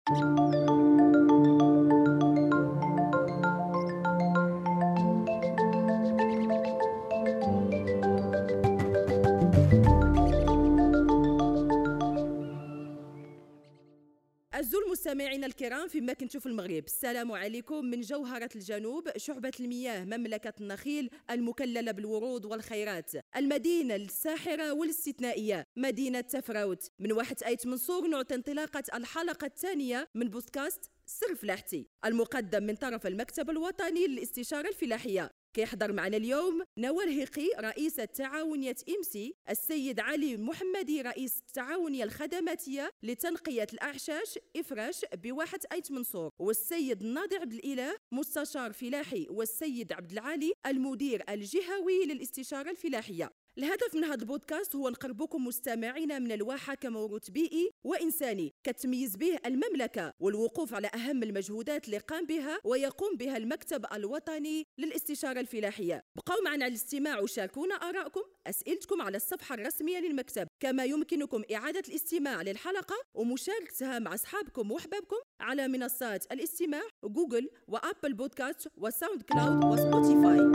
أعزائي المستمعين الكرام فيما كنتوا في المغرب، السلام عليكم من جوهرة الجنوب، شعبة المياه، مملكة النخيل المكللة بالورود والخيرات، المدينة الساحرة والاستثنائية، مدينة تفراوت. من واحد آيت منصور نعطي انطلاقة الحلقة الثانية من بودكاست سر فلاحتي، المقدم من طرف المكتب الوطني للاستشارة الفلاحية. كيحضر معنا اليوم نوال هيقي رئيسة تعاونية إمسي، السيد علي محمدي رئيس التعاونية الخدماتية لتنقية الأعشاش إفراش بواحد آيت منصور، والسيد ناضي عبد الإله مستشار فلاحي، والسيد عبد العالي المدير الجهوي للاستشارة الفلاحية. الهدف من هذا البودكاست هو نقربكم مستمعينا من الواحة كموروث بيئي وإنساني كتميز به المملكة، والوقوف على أهم المجهودات اللي قام بها ويقوم بها المكتب الوطني للاستشارة الفلاحية. بقوا معنا على الاستماع وشاركونا آراءكم، أسئلتكم على الصفحة الرسمية للمكتب، كما يمكنكم إعادة الاستماع للحلقة ومشاركتها مع أصحابكم وأحبابكم على منصات الاستماع جوجل وأبل بودكاست وساوند كلاود وسبوتيفاي.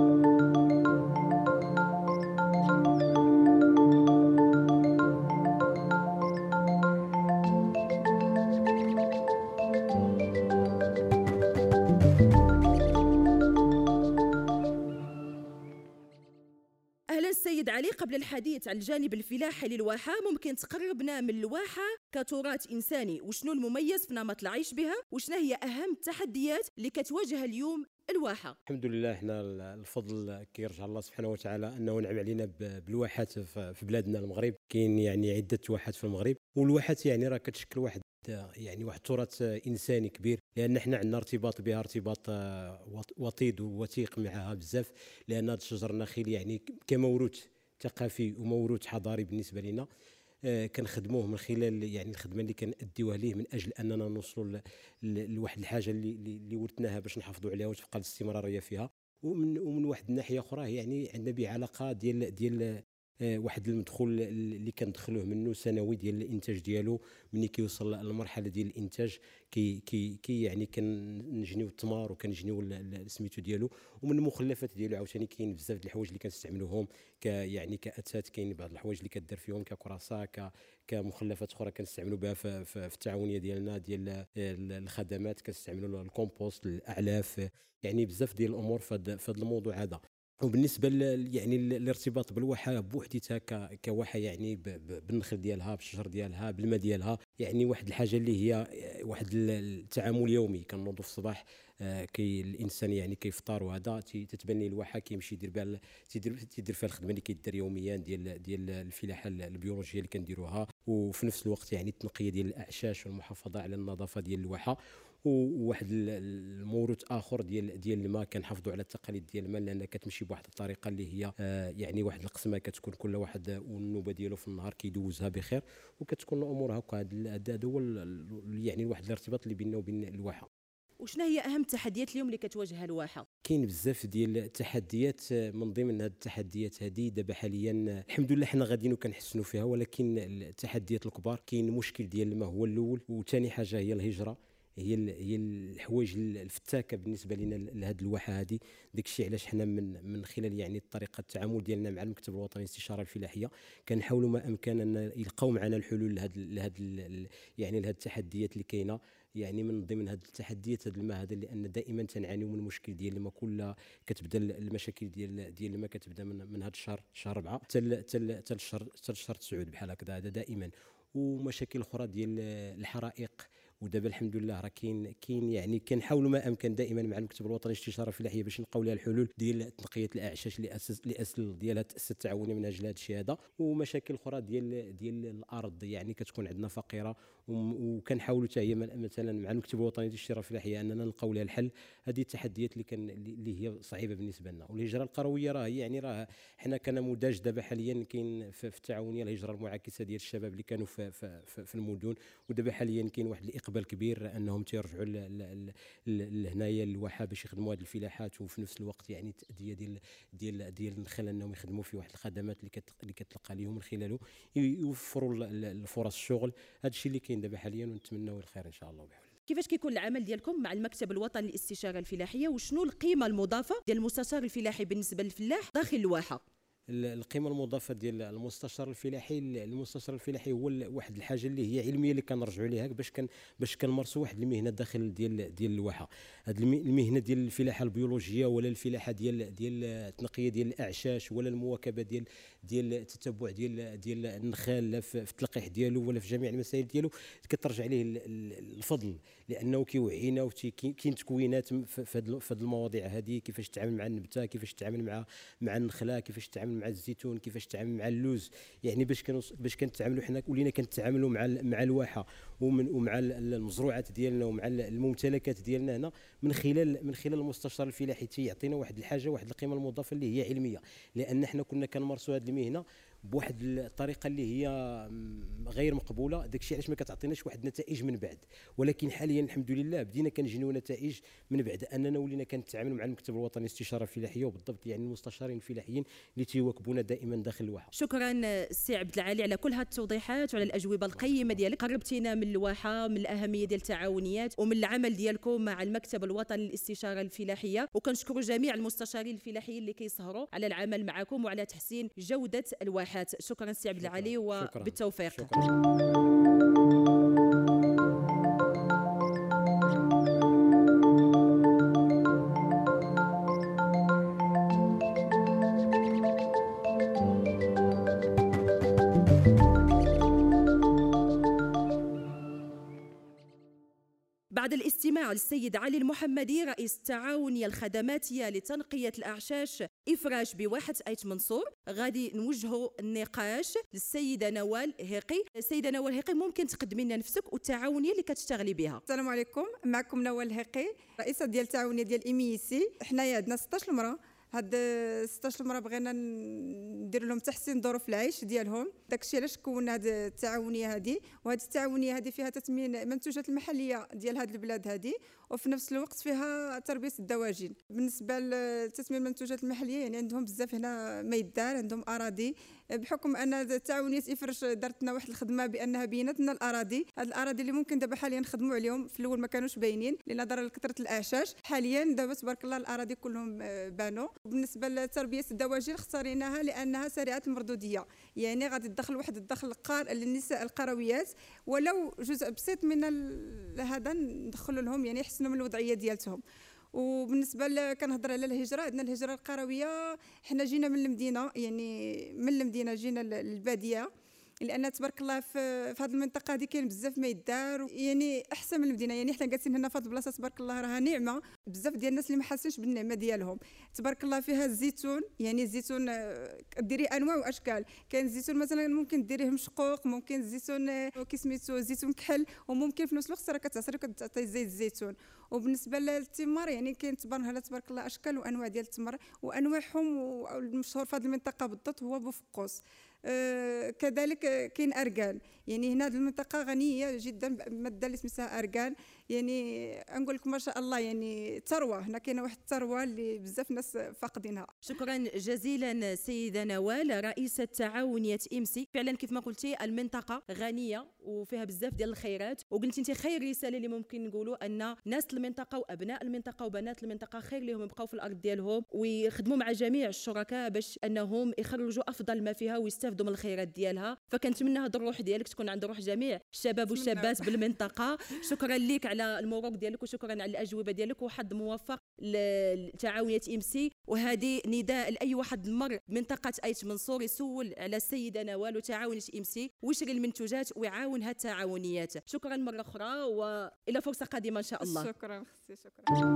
أهلا السيد علي، قبل الحديث عن الجانب الفلاحي للواحة ممكن تقربنا من الواحة كتراث إنساني، وشنو المميز في نمط العيش بها، وشنو هي أهم التحديات اللي كتواجه اليوم الواحة؟ الحمد لله، احنا الفضل كيرجع الله سبحانه وتعالى انه نعم علينا بالواحات في بلادنا المغرب. كاين يعني عده واحات في المغرب، والواحات يعني راه كتشكل واحد التراث انساني كبير، لان احنا عندنا ارتباط بها ارتباط وطيد ووثيق معها بزاف، لان هذا الشجر النخيل يعني كموروث ثقافي وموروث حضاري بالنسبه لنا. كنخدموه من خلال يعني الخدمه اللي كنأديوها ليه من اجل اننا نوصلوا لواحد الحاجه اللي ورثناها باش نحافظوا عليها وتبقى الاستمراريه فيها. ومن واحد الناحيه اخرى يعني عندنا به علاقه ديال واحد المدخول اللي كندخلوه منه سنوي ديال الانتاج ديالو. ملي كيوصل للمرحله ديال الانتاج كي يعني كنجنيو الثمار وكنجنيو سميتو ديالو. ومن المخلفات ديالو عاوتاني كاين بزاف د الحوايج اللي كنستعملوهم يعني كاثاث. كاين بعض الحوايج اللي كدير فيهم ككراسه كمخلفات اخرى كنستعملوا بها في التعاونيه ديالنا ديال الخدمات. كنستعملوا الكومبوست، الاعلاف، يعني بزاف ديال الامور في هذا الموضوع هذا. وبالنسبه يعني الارتباط بالواحه بوحديتها كواحه يعني بالنخل ديالها، بالشجر ديالها، بالماء ديالها، يعني واحد الحاجه اللي هي واحد التعامل يومي. كنوضوا في الصباح كي الانسان يعني كيفطر، وهذا تتبان ليه الواحه كيمشي يدير بها تيدير فيها الخدمه اللي كيدير يوميا ديال الفلاحه البيولوجيه اللي كنديروها، وفي نفس الوقت يعني التنقيه ديال الاعشاش والمحافظه على النظافه ديال الواحه. وواحد الموروث اخر ديال الماء، كنحافظوا على التقاليد ديال الماء، لان كتمشي بواحد الطريقه اللي هي يعني واحد القسمه كتكون كل واحد والنوبه ديالو في النهار كيدوزها بخير، وكتكون الامور هكا. هذا هو يعني واحد الارتباط اللي بيننا وبين الواحه. وشنو هي أهم التحديات اليوم اللي كتواجهها الواحة؟ كاين بزاف ديال التحديات. من ضمن هذه التحديات هذه دابا حاليا الحمد لله حنا غاديين وكنحسنوا فيها، ولكن التحديات الكبار كاين المشكل ديال الماء هو الاول، وثاني حاجه هي الهجره. هي الحوايج الفتاكه بالنسبه لنا لهذه الواحه هذه. داك الشيء علاش حنا من خلال يعني الطريقه التعامل ديالنا مع المكتب الوطني للاستشاره الفلاحيه كنحاولوا ما امكن ان يلقاو معنا الحلول يعني لهذه التحديات اللي كاينه. يعني من ضمن هذه التحديات هذا الماء هذا، لان دائما تنعانيو من المشكل ديال الماء. كل كتبدا المشاكل ديال الماء كتبدا من هذا الشهر، شهر 4 حتى الشهر 9 بحال هكذا. هذا دائما. ومشاكل اخرى ديال الحرائق. ودابا الحمد لله راه كاين يعني كنحاولوا ما امكن دائما مع المكتب الوطني للاستشاره الفلاحيه باش نلقاو لها الحلول ديال تنقيه الاعشاش اللي الاصل ديالها تاسس التعاونيه من اجل هذا الشيء هذا. ومشاكل اخرى ديال الارض يعني كتكون عندنا فقيره، وكنحاولوا حتى هي مثلا مع المكتب الوطني للاستشاره الفلاحيه اننا نلقاو لها الحل. هذه التحديات اللي هي صعيبه بالنسبه لنا. والهجره القرويه راه حنا كنموذج دابا حاليا كاين في التعاونيه الهجره المعاكسه ديال الشباب اللي كانوا في المدن، ودابا حاليا كاين واحد الاقبال اقبال كبير انهم تيرجعوا لهنايا للواحه باش يخدموا هذه الفلاحات، وفي نفس الوقت يعني التاديه ديال النخل انهم يخدموا في واحد الخدمات اللي كتلقى لهم من خلاله يوفروا الفرص الشغل. هذا الشيء اللي كاين دابا حاليا، ونتمنوا الخير ان شاء الله بحول. كيفاش كيكون العمل ديالكم مع المكتب الوطني للاستشاره الفلاحيه، وشنو القيمه المضافه ديال المستشار الفلاحي بالنسبه للفلاح داخل الواحه؟ القيمه المضافه ديال المستشار الفلاحي هو واحد الحاجه اللي هي علميه اللي كنرجعوا ليها باش كنمارسوا واحد المهنه داخل ديال الواحه. هذه المهنه ديال الفلاحه البيولوجيه، ولا الفلاحه ديال التنقيه ديال الاعشاش، ولا المواكبه ديال التتبع ديال النخال في التلقيح ديالو، ولا في جميع المسائل ديالو، كترجع ليه الفضل، لانه كيوعينا وكاين تكوينات في هذه المواضيع هذه، كيفاش تتعامل مع النبته، كيفاش تتعامل مع النخله، كيفاش تتعامل مع الزيتون، كيفاش تتعامل مع اللوز. يعني باش كنتعاملوا حنا ولينا كنتعاملوا مع الواحه ومع المزروعات ديالنا ومع الممتلكات ديالنا هنا من خلال المستشار الفلاحي. تيعطينا واحد الحاجه، واحد القيمه المضافه اللي هي علميه، لان حنا كنا كنمارسوا هذه المهنه بواحد الطريقه اللي هي غير مقبوله. داكشي علاش ما كتعطيناش واحد النتائج من بعد، ولكن حاليا الحمد لله بدينا كنجنيو نتائج من بعد اننا ولينا كنتعاملوا مع المكتب الوطني للاستشاره الفلاحيه، وبالضبط يعني المستشارين الفلاحيين اللي تيواكبونا دائما داخل الواحه. شكرا السي عبد العالي على كل هذه التوضيحات وعلى الاجوبه القيمه ديالك. قربتينا من الواحه، من الاهميه ديال التعاونيات ومن العمل ديالكم مع المكتب الوطني للاستشاره الفلاحيه، وكنشكروا جميع المستشارين الفلاحيين اللي كيسهروا على العمل معكم وعلى تحسين جوده الواحات. شكرا سي عبد العالي وبالتوفيق. بعد الاستماع للسيد علي المحمدي رئيس التعاونية الخدماتية لتنقية الأعشاش إفراش بواحة أيت منصور، غادي نوجهوا النقاش للسيدة نوال هيقي. السيدة نوال هيقي، ممكن تقدمي لنا نفسك والتعاونية اللي كتشتغلي بها؟ السلام عليكم، معكم نوال هيقي، رئيسة ديال التعاونية ديال إميسي. حنايا عندنا 16 مرة. هاد 16 مرة بغينا ندير لهم تحسين ظروف العيش ديالهم. داكشي علاش كونا هاد التعاونيه هادي. وهاد التعاونيه هادي فيها تثمين المنتوجات المحليه ديال هاد البلاد هادي، وفي نفس الوقت فيها تربيه الدواجن. بالنسبه لتثمين المنتوجات المحليه يعني عندهم بزاف هنا ما يدار، عندهم اراضي. بحكم ان تعاونيه افرش دارت لنا واحد الخدمه بانها بينت لنا الاراضي. هاد الاراضي اللي ممكن دابا حاليا نخدموا عليهم، في الاول ما كانوش باينين لنظرا لكثره الاعشاش. حاليا دابا تبارك الله الاراضي كلهم بانوا. بالنسبه لتربيه الدواجن اختاريناها لانها سريعه المردوديه، يعني غادي تدخل واحد الدخل للنساء القرويات، ولو جزء بسيط من هذا ندخلوا لهم، يعني يحسنوا من الوضعيه ديالتهم. وبالنسبه كنهضر على الهجره، عندنا الهجره القرويه. حنا جينا من المدينه، يعني من المدينه جينا للباديه، لان تبارك الله في هذه المنطقه هذه كاين بزاف ما يدار، يعني احسن من المدينه. يعني حنا جالسين هنا في هذه البلاصه تبارك الله راها نعمه. بزاف ديال الناس اللي ما حاسينش بالنعمه ديالهم. تبارك الله فيها الزيتون، يعني الزيتون ديري انواع واشكال. كاين الزيتون مثلا ممكن ديريه مشقوق، ممكن الزيتون كيسميتو زيتون كحل، وممكن في نفس الوقت راه كتعصري كتعطي زيت الزيتون. وبالنسبه للتمر يعني كاين تبارك الله اشكال وانواع ديال التمر، وانواعهم المشهور في هذه المنطقه بالضبط هو بوفقوس. كذلك كاين اركان، يعني هنا هذه المنطقه غنيه جدا بماده اللي اسمها اركان. يعني نقول لكم ما شاء الله، يعني ثروه. هنا كاينه واحد الثروه اللي بزاف ناس فاقدينها. شكرا جزيلا سيده نوال رئيسه تعاونيه إمسي. فعلا كيف ما قلتي المنطقه غنيه وفيها بزاف ديال الخيرات، وقلتي انت خير رساله اللي ممكن نقولوا ان ناس المنطقه وابناء المنطقه وبنات المنطقه خير لهم يبقاو في الارض ديالهم ويخدموا مع جميع الشركاء باش انهم يخرجوا افضل ما فيها ويستافدوا من الخيرات ديالها. فكنتمنى هذه الروح ديالك تكون عند روح جميع الشباب والشابات بالمنطقه. شكرا لك على الموروق ديالك، وشكرا على الاجوبه ديالك، وحظ موفق لتعاونيه إمسي. وهذه نداء لاي واحد مر منطقه ايت منصور يسول على السيده نوال وتعاونيه إمسي ويشري المنتوجات ويعاون هذه التعاونيات. شكرا مره اخرى والى فرصه قادمه ان شاء الله. شكرا اختي، شكرا.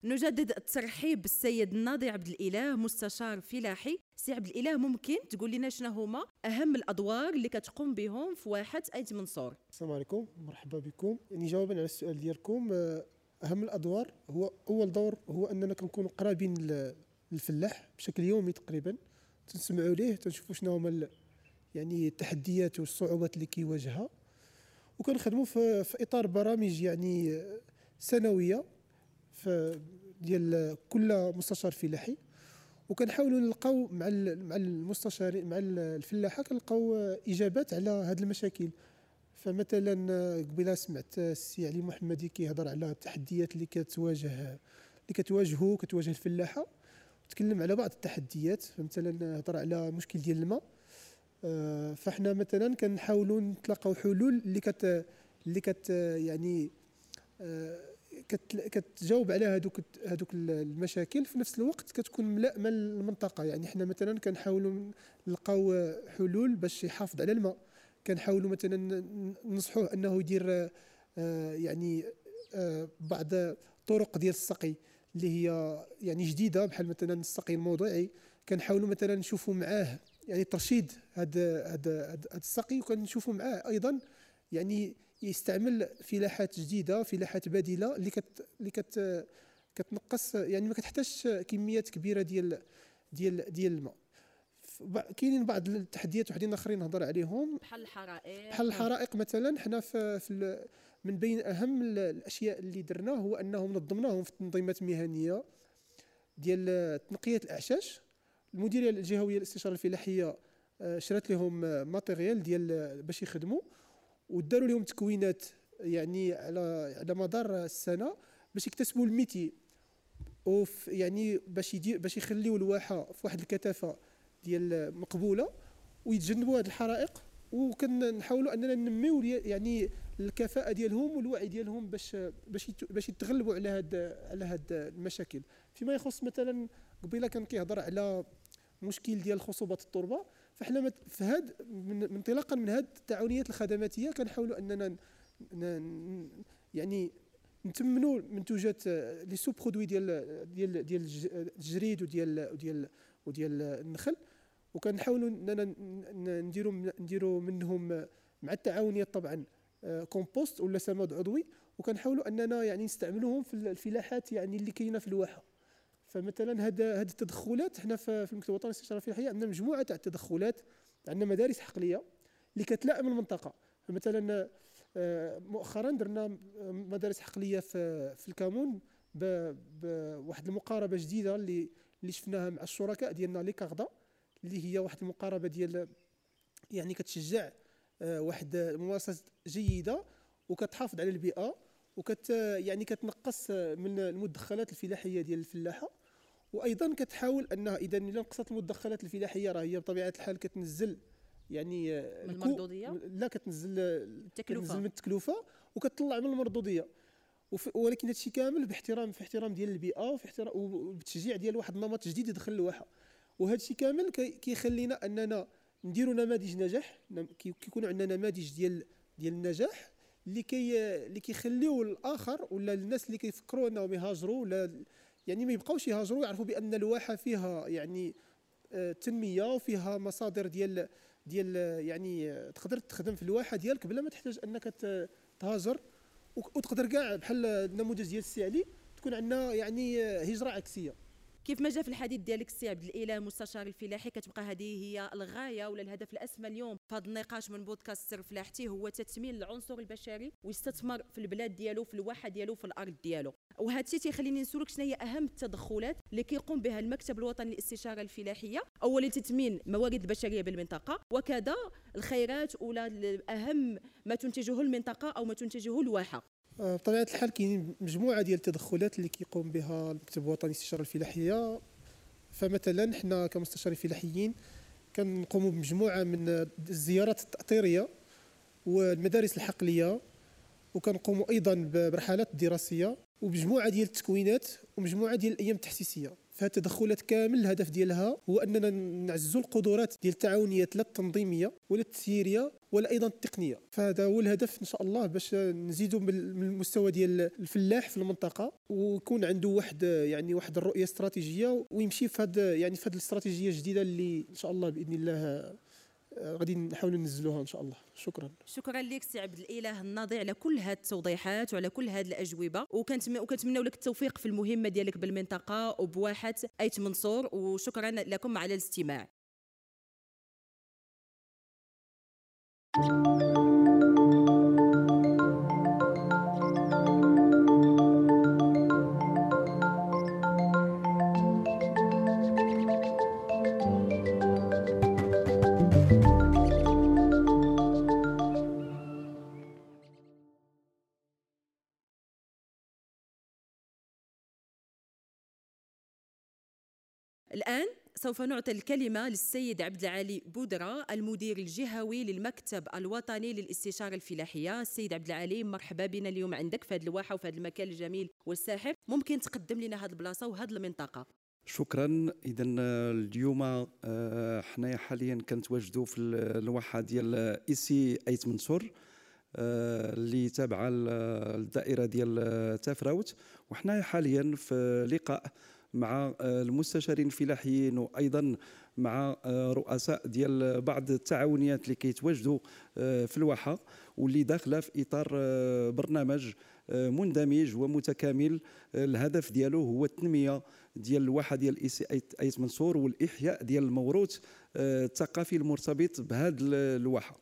نجدد الترحيب بالسيد ناضي عبد الاله مستشار فلاحي. سي عبد الاله، ممكن تقول لنا شنو هما اهم الادوار اللي كتقوم بهم في واحة ايت منصور؟ السلام عليكم، مرحبا بكم. يعني جوابا على السؤال ديالكم، اهم الادوار هو اول دور هو اننا كنكونوا قرابين للفلاح بشكل يومي تقريبا، تنسمعوا ليه، تنشوفوا شنو هما يعني التحديات والصعوبات اللي كيواجهها، وكنخدموا في اطار برامج يعني سنويه ديال كل مستشار فلاحي، وكنحاولوا نلقاو مع المستشارين مع الفلاحه كنلقاو اجابات على هذه المشاكل. فمثلا قبيله سمعت السي علي محمدي كيهضر على التحديات اللي كتواجه الفلاحه، وتكلم على بعض التحديات. فمثلا هضر على مشكل ديال الماء، فاحنا مثلا كنحاولوا نتلاقاو حلول اللي يعني كتجاوب على هذوك المشاكل، في نفس الوقت كتكون ملائمه للمنطقه. يعني حنا مثلا كنحاولوا نلقاو حلول باش يحافظ على الماء، كنحاولوا مثلا ننصحوه انه يدير يعني بعض طرق ديال السقي اللي هي يعني جديده، بحال مثلا السقي الموضعي. كنحاولوا مثلا نشوفوا معاه يعني ترشيد هذا السقي، وكنشوفوا معاه ايضا يعني يستعمل فلاحات جديده، فلاحات بديله اللي كتنقص، يعني ما كتحتاجش كميات كبيره ديال الماء. كاينين بعض التحديات وحدين اخرين نهضر عليهم، بحال الحرائق مثلا. حنا من بين اهم الاشياء اللي درناه هو انه نظمناهم في التنظيمات المهنيه ديال تنقيه الاعشاش. المديريه الجهويه للاستشاره الفلاحيه شرات لهم ماتيريال ديال باش يخدموا، وداروا لهم تكوينات يعني على مدار السنه باش يكتسبوا الميتي، يعني باش يخليوا الواحه في واحد الكثافه ديال مقبوله ويتجنبوا هذه الحرائق. وكنحاولوا اننا ننميو يعني الكفاءه ديالهم والوعي ديالهم باش يتغلبوا على هاد المشاكل. فيما يخص مثلا قبيله كان كيهضر على مشكل ديال خصوبه التربه، فاحنا في هاد انطلاقا من هاد التعاونيات الخدماتيه كنحاولوا اننا يعني نتمنوا منتوجات لي سو برودوي ديال الجريد وديال النخل، وكنحاولوا اننا نديروا منهم مع التعاونيات طبعا كومبوست ولا سماد عضوي، وكنحاولوا اننا يعني نستعملوهم في الفلاحات يعني اللي كاينه في الواحه. فمثلا هاد التدخلات، حنا في المكتب الوطني للاستشاره الفلاحيه عندنا مجموعه تاع التدخلات، عندنا مدارس حقليه اللي كتلائم المنطقه. فمثلا مؤخرا درنا مدارس حقليه في الكامون بواحد المقاربه جديده اللي شفناها مع الشركاء ديالنا لي كاغدا، اللي هي واحد المقاربه ديال يعني كتشجع واحد الممارسات جيده وكتحافظ على البيئه يعني كتنقص من المدخلات الفلاحيه ديال الفلاحه، وايضا كتحاول انها اذا نقصت المدخلات الفلاحيه راه هي بطبيعه الحال كتنزل يعني من المردوديه، لا كتنزل من التكلفه وكتطلع من المردوديه. ولكن هادشي كامل في احترام ديال البيئه وبالتشجيع ديال واحد النمط جديد يدخل للواحه. وهذا الشيء كامل كيخلينا اننا نديروا نماذج نجاح، كيكونوا عندنا نماذج ديال النجاح اللي كيخليو الاخر ولا الناس اللي كيفكروا انهم يهاجروا ولا يعني ما يبقاوش يهاجروا، يعرفوا بان الواحه فيها يعني تنميه وفيها مصادر ديال يعني تقدر تخدم في الواحه ديالك بلا ما تحتاج انك تهاجر، وتقدر كاع بحال النموذج ديال السي علي تكون عندنا يعني هجره عكسيه. كيف ما جا في الحديث ديالك السي عبد الاله المستشار الفلاحي، كتبقى هذه هي الغايه ولا الهدف الاسمى اليوم في هذا النقاش من بودكاست سر فلاحتي، هو تثمين العنصر البشري ويستثمر في البلاد ديالو، في الواحه ديالو، في الارض ديالو. وهذا الشيء تيخليني نسولك شنو هي اهم التدخلات اللي كيقوم بها المكتب الوطني للاستشاره الفلاحيه، اولا لتثمين الموارد البشريه بالمنطقه، وكذا الخيرات ولا اهم ما تنتجه المنطقه او ما تنتجه الواحه. بطبيعه الحال كاين مجموعه ديال التدخلات اللي كيقوم بها المكتب الوطني للاستشاره الفلاحيه. فمثلا حنا كمستشارين فلاحيين كنقوموا بمجموعه من الزيارات التاطيريه والمدارس الحقليه، وكنقوموا ايضا برحلات دراسيه ومجموعه ديال التكوينات ومجموعه ديال الايام التحسيسيه. فهاد التدخلات كامل الهدف ديالها هو اننا نعززوا القدرات ديال التعاونيات لا التنظيميه ولا التسييريه ولا ايضا التقنيه. فهذا هو الهدف ان شاء الله، باش نزيدوا من المستوى ديال الفلاح في المنطقه، ويكون عنده واحد الرؤيه استراتيجيه، ويمشي في هذا في هذه الاستراتيجيه الجديده اللي ان شاء الله باذن الله غادي نحاولوا ننزلوها ان شاء الله. شكرا لك سي عبد الاله الناضي على كل هذه التوضيحات وعلى كل هذه الاجوبه، وكنتمنوا لك التوفيق في المهمه ديالك بالمنطقه وبواحه ايت منصور، وشكرا لكم على الاستماع. الآن سوف نعطي الكلمة للسيد عبد العالي بودرة، المدير الجهوي للمكتب الوطني للاستشارة الفلاحية. السيد عبد العالي، مرحبا بنا اليوم عندك في هذه الواحة وفي هذا المكان الجميل والساحر. ممكن تقدم لنا هذه البلاصة وهذه المنطقة؟ شكرا. اذا اليوم حنايا حاليا كنتواجدوا في الواحه ديال ايسي ايت منصور اللي تابعه الدائره ديال تافراوت، وحنايا حاليا في لقاء مع المستشارين الفلاحيين وايضا مع رؤساء ديال بعض التعاونيات اللي كيتواجدوا في الواحه، واللي داخله في اطار برنامج مندمج ومتكامل. الهدف ديالو هو التنميه ديال الواحه ديال ايسي ايت منصور والاحياء ديال الموروث الثقافي المرتبط بهذه الواحه.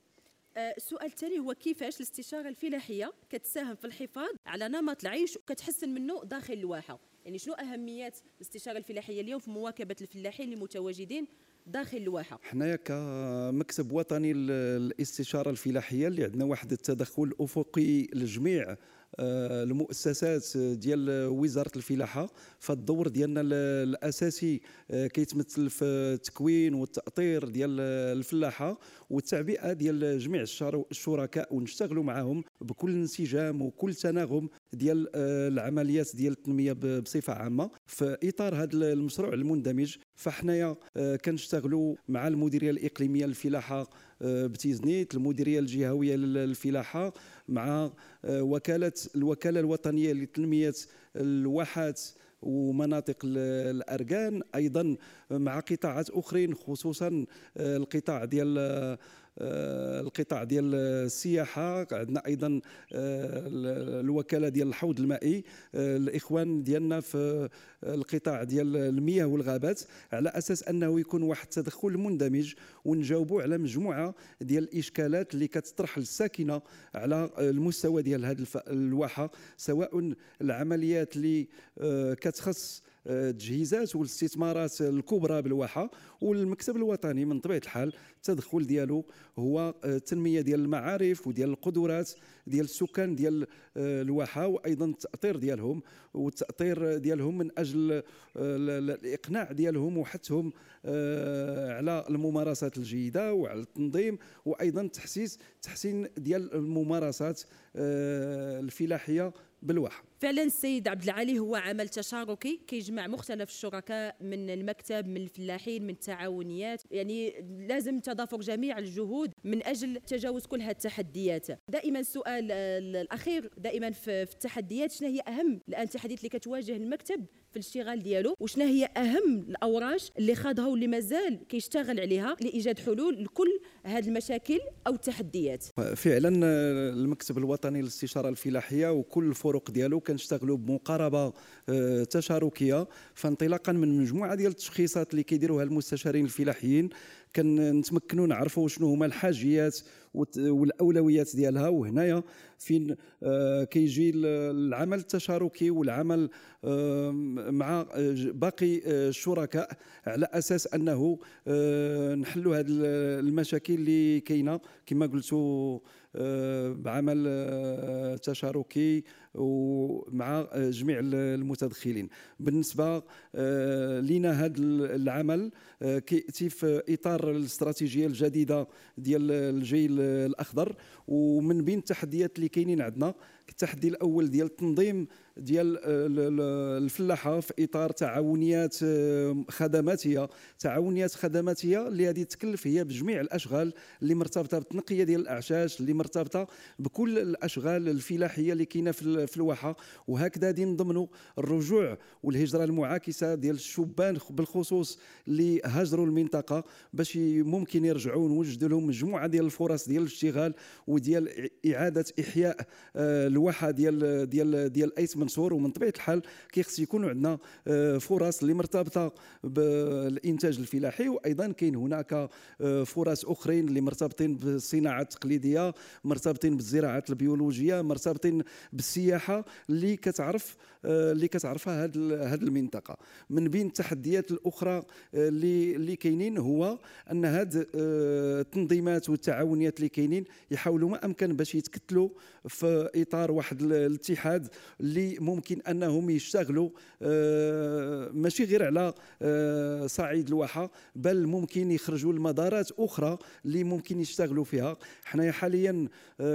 السؤال التالي هو كيفاش الاستشاره الفلاحيه كتساهم في الحفاظ على نمط العيش وكتحسن منه داخل الواحه؟ يعني شنو اهميات الاستشاره الفلاحيه اليوم في مواكبه الفلاحين اللي متواجدين داخل الواحه؟ حنايا كمكتب وطني للاستشاره الفلاحيه اللي عندنا واحد التدخل افقي لجميع المؤسسات ديال وزاره الفلاحه. فالدور ديالنا الاساسي كيتمثل في التكوين والتاطير ديال الفلاحه والتعبئه ديال جميع الشركاء، ونشتغلوا معهم بكل انسجام وكل تناغم ديال العمليات ديال التنميه بصفه عامه. في اطار هذا المشروع المندمج فحنايا كنشتغلوا مع المديريه الاقليميه للفلاحه بتيزنيت، المديريه الجهويه للفلاحه، مع الوكاله الوطنيه لتنميه الواحات ومناطق الأركان، أيضا مع قطاعات أخرين خصوصا القطاع ديال السياحه. عندنا ايضا الوكاله ديال الحوض المائي، الاخوان ديالنا في القطاع ديال المياه والغابات، على اساس انه يكون واحد التدخل مندمج ونجاوبوا على مجموعه ديال الاشكالات اللي كتطرح الساكنه على المستوى ديال هذه الواحه، سواء العمليات اللي كتخص التجهيزات والاستثمارات الكبرى بالواحه. والمكتب الوطني من طبيعه الحال التدخل ديالو هو التنميه ديال المعارف وديال القدرات ديال السكان ديال الواحه، وايضا التاطير ديالهم من اجل الاقناع ديالهم وحثهم على الممارسات الجيده وعلى التنظيم، وايضا تحسين ديال الممارسات الفلاحيه بالواحه. فعلا السيد عبد العالي هو عمل تشاركي كيجمع مختلف الشركاء من المكتب، من الفلاحين، من التعاونيات، يعني لازم تضافر جميع الجهود من اجل تجاوز كل هذه التحديات. دائما السؤال الاخير دائما في التحديات، شنو هي اهم التحديات اللي كتواجه المكتب في الاشتغال ديالو، وشنو هي اهم الاوراش اللي خاضها واللي مازال كيشتغل عليها لايجاد حلول لكل هذه المشاكل او التحديات؟ فعلا المكتب الوطني للاستشاره الفلاحيه وكل الفرق ديالو كنشتغلوا بمقاربه تشاركيه، فانطلاقا من مجموعه ديال التشخيصات اللي كيديروها المستشارين الفلاحيين كنتمكنوا نعرفوا شنو هما الحاجيات والاولويات ديالها. وهنايا فين كيجي العمل التشاركي والعمل مع باقي الشركاء على اساس انه نحلوا هذه المشاكل اللي كاينه كما قلتوا بعمل تشاركي ومع جميع المتدخلين. بالنسبه لنا هذا العمل كياتي في اطار الاستراتيجيه الجديده ديال الجيل الاخضر، ومن بين التحديات اللي كاينين عندنا التحدي الاول ديال التنظيم ديال الفلاحه في اطار تعاونيات خدماتيه اللي غادي تكلف هي بجميع الاشغال اللي مرتبطه بالتنقيه ديال الاعشاش، اللي مرتبطه بكل الاشغال الفلاحيه اللي كاينه في الواحه. وهكذا غادي نضمنوا الرجوع والهجره المعاكسه ديال الشبان بالخصوص اللي هاجروا المنطقه باش ممكن يرجعوا ونوجدوا لهم مجموعه ديال الفرص ديال الاشتغال وديال اعاده احياء الواحه ديال ايت منصور. ومن طبيعه الحال كيخص يكونوا عندنا فرص اللي مرتبطه بالانتاج الفلاحي، وايضا كاين هناك فرص اخرين اللي مرتبطين بالصناعه التقليديه، مرتبطين بالزراعه البيولوجيه، مرتبطين بالسياحه اللي كتعرفها هذه المنطقه. من بين التحديات الاخرى اللي كاينين هو ان هذه التنظيمات والتعاونيات اللي كاينين يحاولوا ما امكن باش يتكتلوا في اطار واحد الاتحاد اللي ممكن انهم يشتغلوا ماشي غير على صعيد الواحه، بل ممكن يخرجوا لمدارات اخرى اللي ممكن يشتغلوا فيها. حنايا حاليا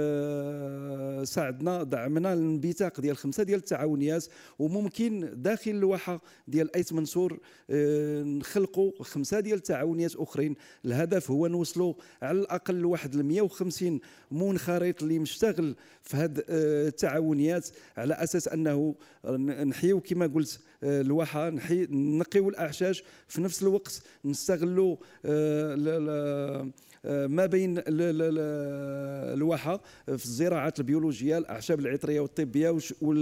دعمنا الانبثاق ديال 5 ديال التعاونيات، وممكن داخل الواحه ديال ايت منصور نخلقوا 5 ديال التعاونيات اخرين. الهدف هو نوصلوا على الاقل واحد 150 منخرط اللي مشتغل في هذه التعاونيات، على اساس انه نحيو كما قلت الواحه، نقيو الاعشاش، في نفس الوقت نستغلوا ما بين الواحه في الزراعات البيولوجيه، الاعشاب العطريه والطبيه،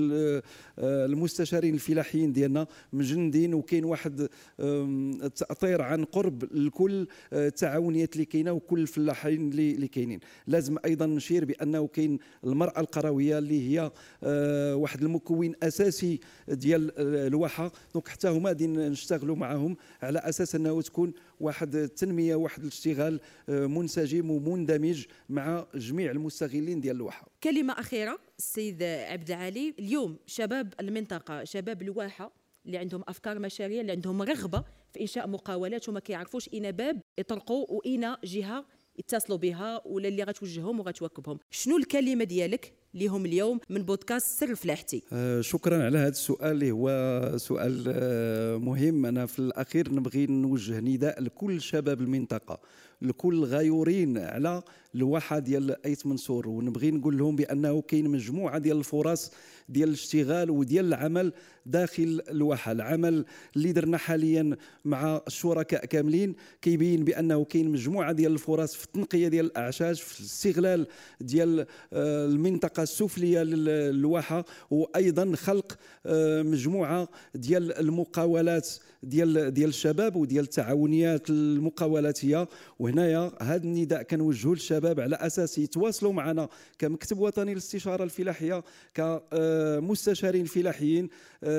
والمستشارين الفلاحيين ديالنا مجندين، وكاين واحد التاطير عن قرب لكل التعاونيات اللي كاينه وكل الفلاحين اللي كاينين. لازم ايضا نشير بانه كاين المراه القرويه اللي هي واحد المكون اساسي ديال الواحه، دونك حتى هما غادي نشتغلوا معهم على اساس انه تكون واحد التنميه، واحد الاشتغال منسجم ومندمج مع جميع المستغلين ديال الواحه. كلمة أخيرة السيد عبد العالي، اليوم شباب المنطقة، شباب الواحة اللي عندهم أفكار مشاريع، اللي عندهم رغبة في إنشاء مقاولات وما كيعرفوش إين باب يطرقوا وإين جهة يتصلوا بها ولا اللي غتوجههم وغتواكبهم، شنو الكلمة ديالك ليهم اليوم من بودكاست سر فلاحتي؟ شكرا على هذا السؤال اللي هو سؤال مهم. أنا في الأخير نبغي نوجه نداء لكل شباب المنطقة، لكل غيورين على الواحه ديال ايت منصور، ونبغي نقول لهم بانه كاين مجموعه ديال الفرص ديال الاشتغال وديال العمل داخل الواحه. العمل اللي درنا حاليا مع الشركاء كاملين كيبين بانه كاين مجموعه ديال الفرص في التنقيه ديال الاعشاش، في الاستغلال ديال المنطقه السفليه للواحه، وايضا خلق مجموعه ديال المقاولات ديال الشباب وديال التعاونيات المقاولاتيه. وهنايا هذا النداء كنوجهه للشباب على اساس يتواصلوا معنا كمكتب وطني للاستشاره الفلاحيه، كمستشارين فلاحيين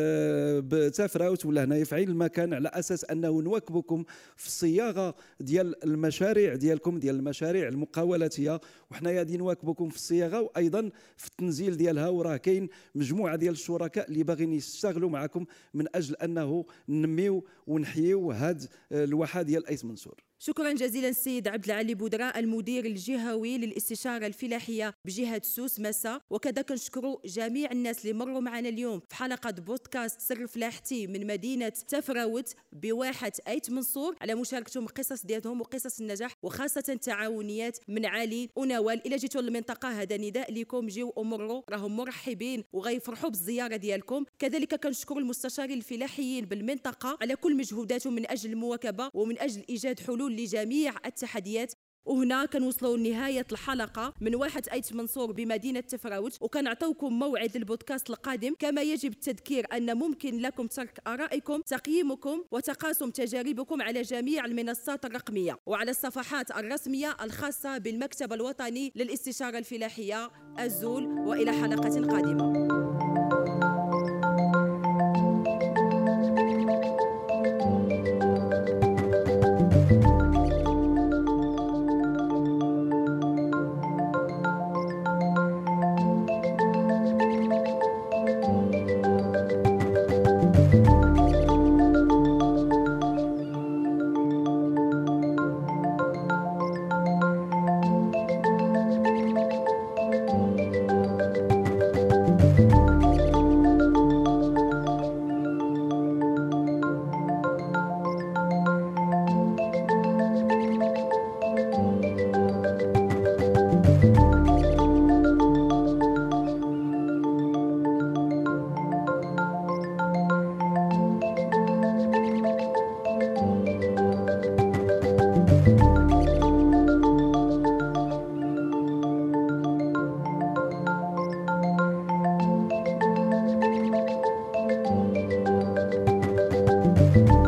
بتفراوت ولا هنايا في عين المكان، على اساس انه نواكبكم في الصياغه ديال المشاريع ديالكم، ديال المشاريع المقاولاتيه، وحنايا غادي نواكبكم في الصياغه وايضا في التنزيل ديالها. وراه كاين مجموعه ديال الشركاء اللي باغيين يشتغلوا معكم من اجل انه ننميو ونحييو هذه الواحه ديال ايت منصور. شكرا جزيلا السيد عبد العالي بودراء، المدير الجهوي للاستشاره الفلاحيه بجهه سوس مسا. وكذا كنشكروا جميع الناس اللي مروا معنا اليوم في حلقه بودكاست سر فلاحتي من مدينه تفراوت بواحه ايت منصور على مشاركتهم قصص ديالهم وقصص النجاح، وخاصه تعاونيات من علي ونوال. الى جيتوا للمنطقه هذا نداء لكم، جيو ومروا، راهم مرحبين وغيفرحوا بالزياره ديالكم. كذلك كنشكر المستشارين الفلاحيين بالمنطقه على كل مجهوداتهم من اجل المواكبه ومن اجل ايجاد حلول لجميع التحديات. وهنا كنوصلوا لنهاية الحلقة من واحة ايت منصور بمدينة تفراوت، وكنعطيوكم موعد البودكاست القادم. كما يجب التذكير أن ممكن لكم ترك آرائكم، تقييمكم وتقاسم تجاربكم على جميع المنصات الرقمية وعلى الصفحات الرسمية الخاصة بالمكتب الوطني للاستشارة الفلاحية الزول. وإلى حلقة قادمة. الجنوب.